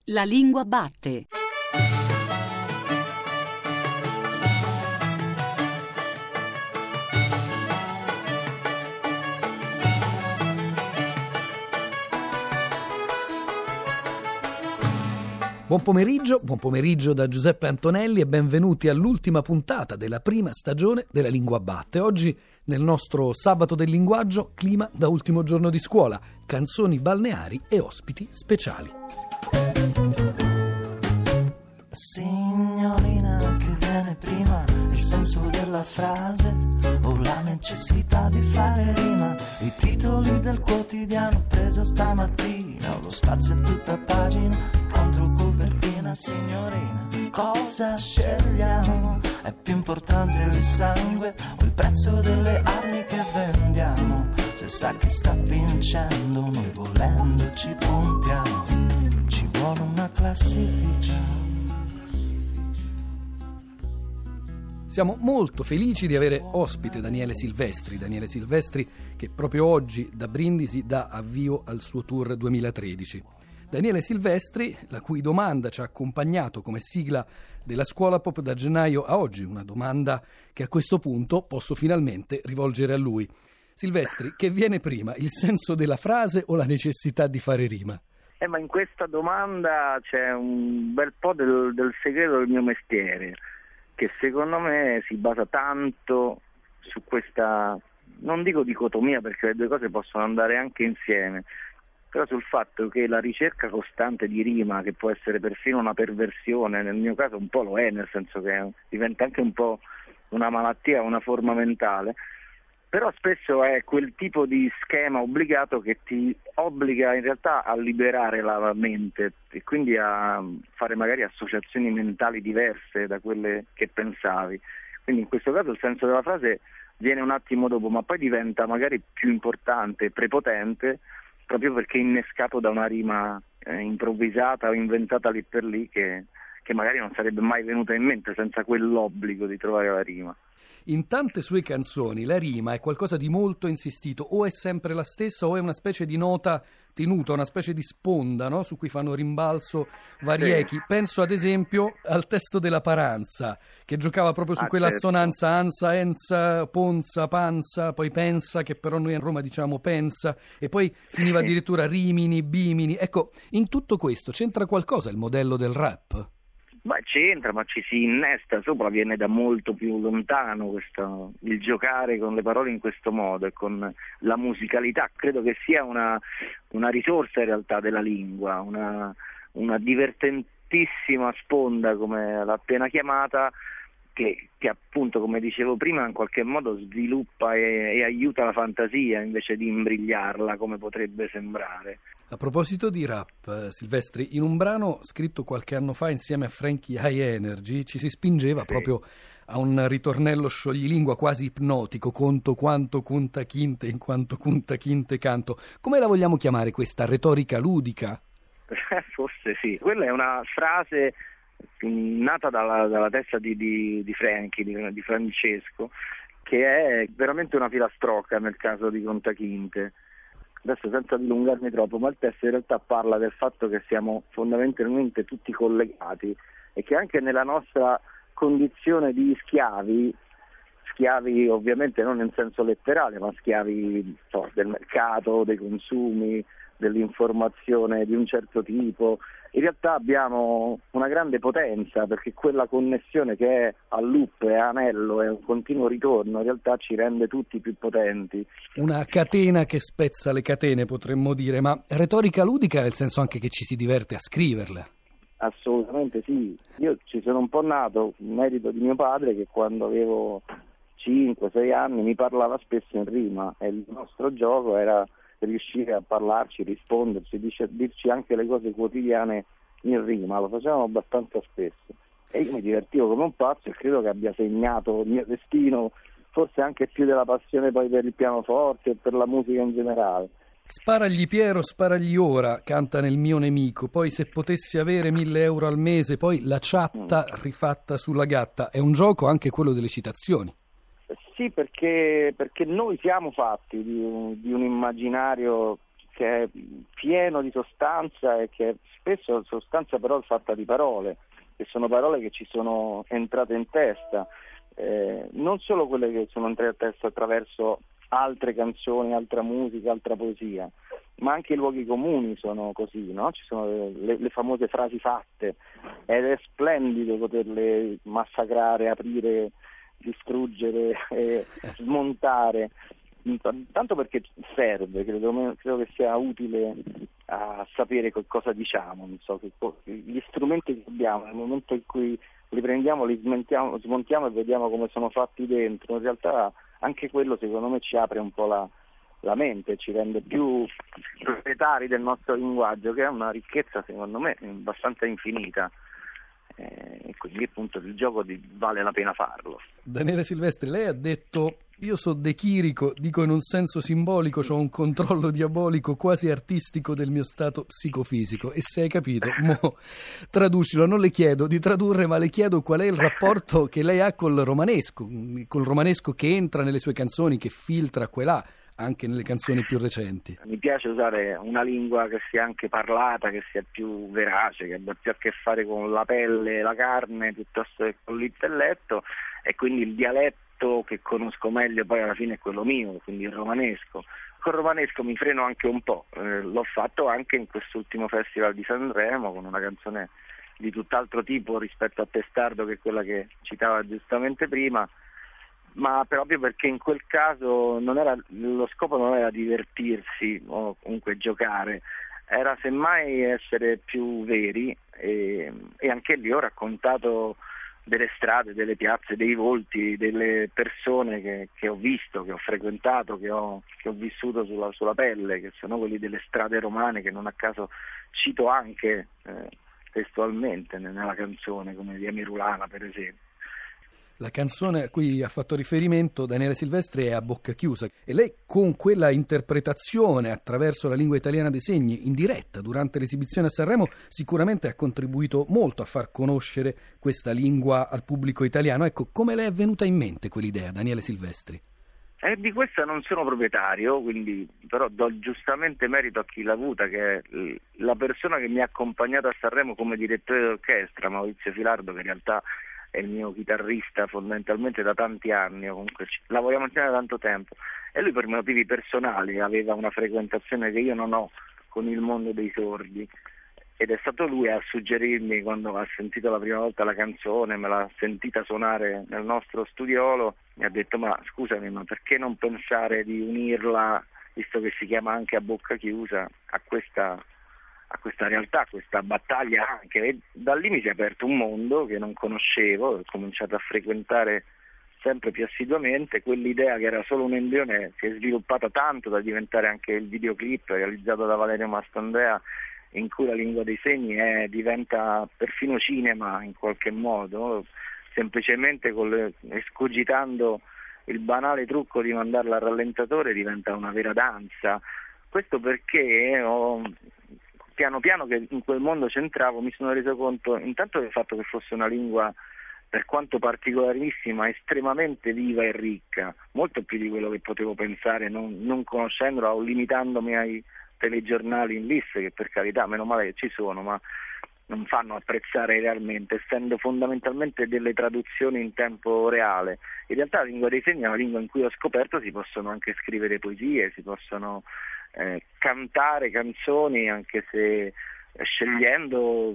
La lingua batte. Buon pomeriggio da Giuseppe Antonelli e benvenuti all'ultima puntata della prima stagione della Lingua Batte. Oggi, nel nostro Sabato del Linguaggio, clima da ultimo giorno di scuola, canzoni balneari e ospiti speciali. Signorina che viene prima, il senso della frase o la necessità di fare rima, i titoli del quotidiano preso stamattina, lo spazio è tutta pagina, contro copertina. Signorina, cosa scegliamo? È più importante il sangue o il prezzo delle armi che vendiamo? Se sa chi sta vincendo, noi volendo ci puntiamo, ci vuole una classifica. Siamo molto felici di avere ospite Daniele Silvestri che proprio oggi da Brindisi dà avvio al suo tour 2013. Daniele Silvestri, la cui domanda ci ha accompagnato come sigla della Scuola Pop da gennaio a oggi, una domanda che a questo punto posso finalmente rivolgere a lui. Silvestri, che viene prima, il senso della frase o la necessità di fare rima? Ma in questa domanda c'è un bel po' del segreto del mio mestiere, che secondo me si basa tanto su questa, non dico dicotomia perché le due cose possono andare anche insieme, però sul fatto che la ricerca costante di rima, che può essere perfino una perversione, nel mio caso un po' lo è, nel senso che diventa anche un po' una malattia, una forma mentale, però spesso è quel tipo di schema obbligato che ti obbliga in realtà a liberare la mente e quindi a fare magari associazioni mentali diverse da quelle che pensavi. Quindi in questo caso il senso della frase viene un attimo dopo, ma poi diventa magari più importante, prepotente, proprio perché è innescato da una rima improvvisata o inventata lì per lì che magari non sarebbe mai venuta in mente senza quell'obbligo di trovare la rima. In tante sue canzoni la rima è qualcosa di molto insistito, o è sempre la stessa o è una specie di nota tenuta, una specie di sponda, no? Su cui fanno rimbalzo vari echi. Penso ad esempio al testo della Paranza, che giocava proprio su quell'assonanza ansa, enza, ponza, panza, poi pensa, che però noi a Roma diciamo pensa, e poi finiva addirittura rimini, bimini. Ecco, in tutto questo c'entra qualcosa il modello del rap? Ma c'entra, ma ci si innesta sopra, viene da molto più lontano il giocare con le parole in questo modo e con la musicalità. Credo che sia una risorsa in realtà della lingua, una divertentissima sponda, come l'ha appena chiamata, che appunto, come dicevo prima, in qualche modo sviluppa e aiuta la fantasia invece di imbrigliarla come potrebbe sembrare. A proposito di rap, Silvestri, in un brano scritto qualche anno fa insieme a Frankie High Energy ci si spingeva proprio a un ritornello scioglilingua quasi ipnotico, conto quanto conta chinte in quanto conta chinte canto. Come la vogliamo chiamare questa retorica ludica? Forse sì, quella è una frase nata dalla testa di Frankie, di Francesco, che è veramente una filastrocca nel caso di Contaquinte. Adesso senza dilungarmi troppo, ma il testo in realtà parla del fatto che siamo fondamentalmente tutti collegati e che anche nella nostra condizione di schiavi ovviamente non in senso letterale, ma schiavi del mercato, dei consumi, dell'informazione di un certo tipo, in realtà abbiamo una grande potenza, perché quella connessione che è a loop, è anello, è un continuo ritorno, in realtà ci rende tutti più potenti. Una catena che spezza le catene, potremmo dire, ma retorica ludica nel senso anche che ci si diverte a scriverla. Assolutamente sì, io ci sono un po' nato, merito di mio padre, che quando avevo 5-6 anni mi parlava spesso in rima e il nostro gioco era riuscire a parlarci, risponderci, dirci anche le cose quotidiane in rima. Lo facevamo abbastanza spesso e io mi divertivo come un pazzo e credo che abbia segnato il mio destino, forse anche più della passione poi per il pianoforte e per la musica in generale. Sparagli Piero, sparagli ora, canta Nel mio nemico, poi se potessi avere 1.000 euro al mese, poi la ciatta rifatta sulla gatta. È un gioco anche quello delle citazioni. Sì, perché noi siamo fatti di un immaginario che è pieno di sostanza, e che spesso sostanza però è fatta di parole, che sono parole che ci sono entrate in testa, non solo quelle che sono entrate in testa attraverso altre canzoni, altra musica, altra poesia, ma anche i luoghi comuni sono così, no? Ci sono le famose frasi fatte, ed è splendido poterle massacrare, aprire, distruggere, smontare, tanto perché serve, credo che sia utile a sapere che cosa diciamo, non so, gli strumenti che abbiamo nel momento in cui li prendiamo, li smontiamo e vediamo come sono fatti dentro, in realtà anche quello secondo me ci apre un po' la mente, ci rende più proprietari del nostro linguaggio, che è una ricchezza secondo me abbastanza infinita, e quindi appunto il gioco vale la pena farlo. Daniele Silvestri, lei ha detto: io so de chirico, dico in un senso simbolico, c'ho un controllo diabolico quasi artistico del mio stato psicofisico. E se hai capito, mo traducilo. Non le chiedo di tradurre, ma le chiedo qual è il rapporto che lei ha col romanesco che entra nelle sue canzoni, che filtra qua e là, anche nelle canzoni più recenti. Mi piace usare una lingua che sia anche parlata, che sia più verace, che abbia più a che fare con la pelle e la carne piuttosto che con l'intelletto, e quindi il dialetto che conosco meglio poi alla fine è quello mio, quindi il romanesco. Col romanesco mi freno anche un po', l'ho fatto anche in quest'ultimo festival di Sanremo con una canzone di tutt'altro tipo rispetto a Testardo, che è quella che citava giustamente prima, ma proprio perché in quel caso lo scopo non era divertirsi o comunque giocare, era semmai essere più veri, e anche lì ho raccontato delle strade, delle piazze, dei volti, delle persone che ho visto, che ho frequentato, che ho vissuto sulla pelle, che sono quelli delle strade romane, che non a caso cito anche testualmente nella canzone, come Via Merulana per esempio. La canzone a cui ha fatto riferimento Daniele Silvestri è A Bocca Chiusa, e lei con quella interpretazione attraverso la lingua italiana dei segni in diretta durante l'esibizione a Sanremo sicuramente ha contribuito molto a far conoscere questa lingua al pubblico italiano. Ecco, come le è venuta in mente quell'idea, Daniele Silvestri? Di questa non sono proprietario, quindi però do giustamente merito a chi l'ha avuta, che è la persona che mi ha accompagnato a Sanremo come direttore d'orchestra, Maurizio Filardo, che in realtà è il mio chitarrista fondamentalmente da tanti anni, comunque lavoriamo insieme da tanto tempo, e lui per motivi personali aveva una frequentazione che io non ho con il mondo dei sordi, ed è stato lui a suggerirmi, quando ha sentito la prima volta la canzone, me l'ha sentita suonare nel nostro studiolo, mi ha detto: ma scusami, ma perché non pensare di unirla, visto che si chiama anche A Bocca Chiusa, a questa realtà, a questa battaglia anche. E da lì mi si è aperto un mondo che non conoscevo, ho cominciato a frequentare sempre più assiduamente. Quell'idea che era solo un embrione si è sviluppata tanto da diventare anche il videoclip realizzato da Valerio Mastandrea, in cui la lingua dei segni diventa perfino cinema in qualche modo, semplicemente escogitando il banale trucco di mandarla al rallentatore diventa una vera danza. Questo perché piano piano che in quel mondo c'entravo mi sono reso conto intanto del fatto che fosse una lingua, per quanto particolarissima, estremamente viva e ricca, molto più di quello che potevo pensare non conoscendola o limitandomi ai telegiornali in liste, che per carità meno male che ci sono, ma non fanno apprezzare realmente, essendo fondamentalmente delle traduzioni in tempo reale. In realtà la lingua dei segni è una lingua in cui ho scoperto si possono anche scrivere poesie, si possono cantare canzoni, anche se scegliendo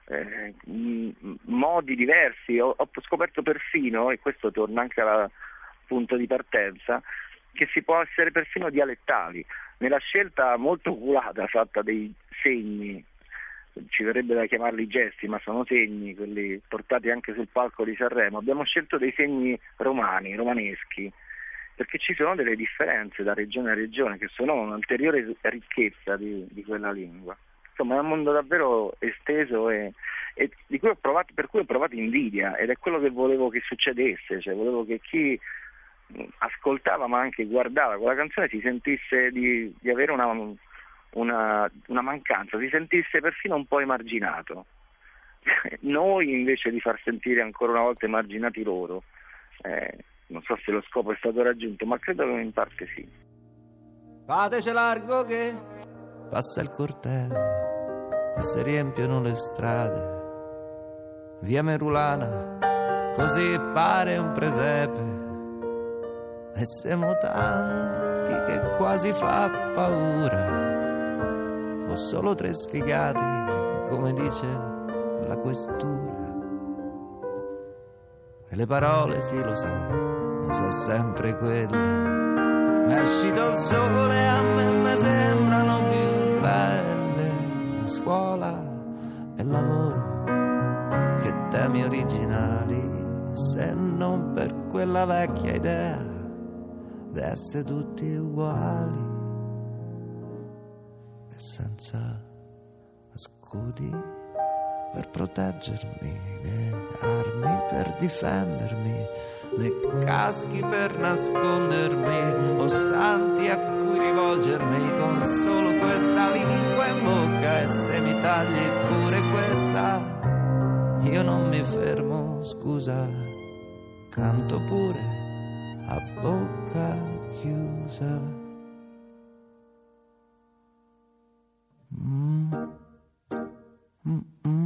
modi diversi. Ho scoperto perfino, e questo torna anche al punto di partenza, che si può essere perfino dialettali nella scelta molto oculata fatta dei segni. Ci verrebbe da chiamarli gesti, ma sono segni, quelli portati anche sul palco di Sanremo. Abbiamo scelto dei segni romaneschi, perché ci sono delle differenze da regione a regione che sono un'ulteriore ricchezza di quella lingua. Insomma, è un mondo davvero esteso e per cui ho provato invidia, ed è quello che volevo che succedesse, cioè volevo che chi ascoltava ma anche guardava quella canzone si sentisse di avere una mancanza, si sentisse perfino un po' emarginato. Noi invece di far sentire ancora una volta emarginati loro. Non so se lo scopo è stato raggiunto, ma credo che in parte sì. Fateci largo che passa il corteo e si riempiono le strade. Via Merulana, così pare un presepe, e siamo tanti che quasi fa paura. Ho solo 3 sfigati, come dice la questura. E le parole, sì lo so sempre quelle. Ma è uscito il sole, a me mi sembrano più belle scuola e lavoro che temi originali, se non per quella vecchia idea d'essere tutti uguali e senza scudi per proteggermi, né armi per difendermi, né caschi per nascondermi, o santi a cui rivolgermi con solo questa lingua in bocca. E se mi tagli pure questa, io non mi fermo, scusa, canto pure a bocca chiusa. Mm.